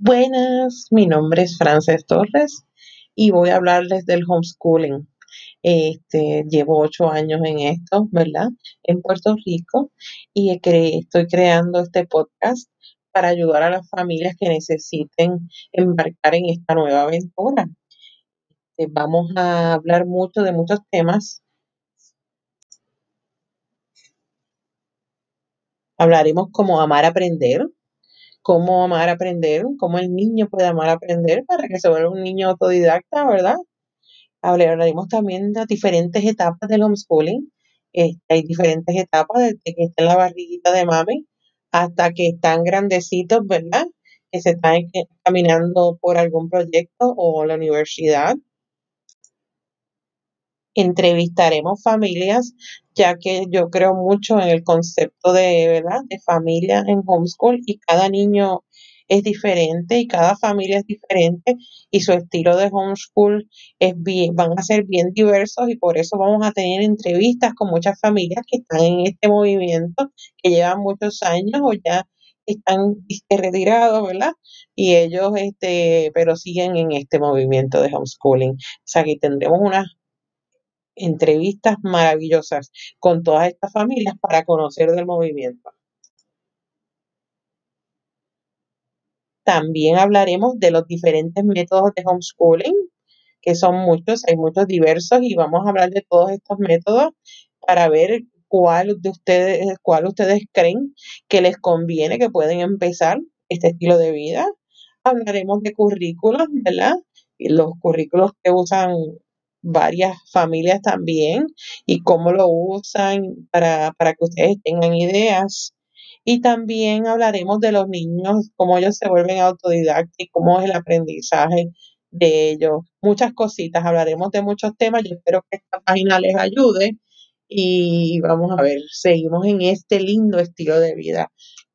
Buenas, mi nombre es Frances Torres y voy a hablarles del homeschooling. Llevo 8 años en esto, ¿verdad? En Puerto Rico y estoy creando este podcast para ayudar a las familias que necesiten embarcar en esta nueva aventura. Vamos a hablar mucho de muchos temas. Hablaremos cómo amar aprender, cómo el niño puede amar aprender para que se vuelva un niño autodidacta, ¿verdad? Hablaremos también de las diferentes etapas del homeschooling. Hay diferentes etapas desde que está en la barriguita de mami hasta que están grandecitos, ¿verdad? Que se están caminando por algún proyecto o la universidad. Entrevistaremos familias, ya que yo creo mucho en el concepto de, ¿verdad?, de familia en homeschool y cada niño es diferente y cada familia es diferente y su estilo de homeschool van a ser bien diversos y por eso vamos a tener entrevistas con muchas familias que están en este movimiento, que llevan muchos años o ya están retirados, ¿verdad? Y ellos, pero siguen en este movimiento de homeschooling. O sea, que tendremos unas entrevistas maravillosas con todas estas familias para conocer del movimiento. También hablaremos de los diferentes métodos de homeschooling, que son muchos, hay muchos diversos, y vamos a hablar de todos estos métodos para ver cuál ustedes creen que les conviene, que pueden empezar este estilo de vida. Hablaremos de currículos, ¿verdad? Y los currículos que usan varias familias también y cómo lo usan para que ustedes tengan ideas. Y también hablaremos de los niños, cómo ellos se vuelven autodidactas y cómo es el aprendizaje de ellos. Muchas cositas, hablaremos de muchos temas. Yo espero que esta página les ayude y vamos a ver, seguimos en este lindo estilo de vida.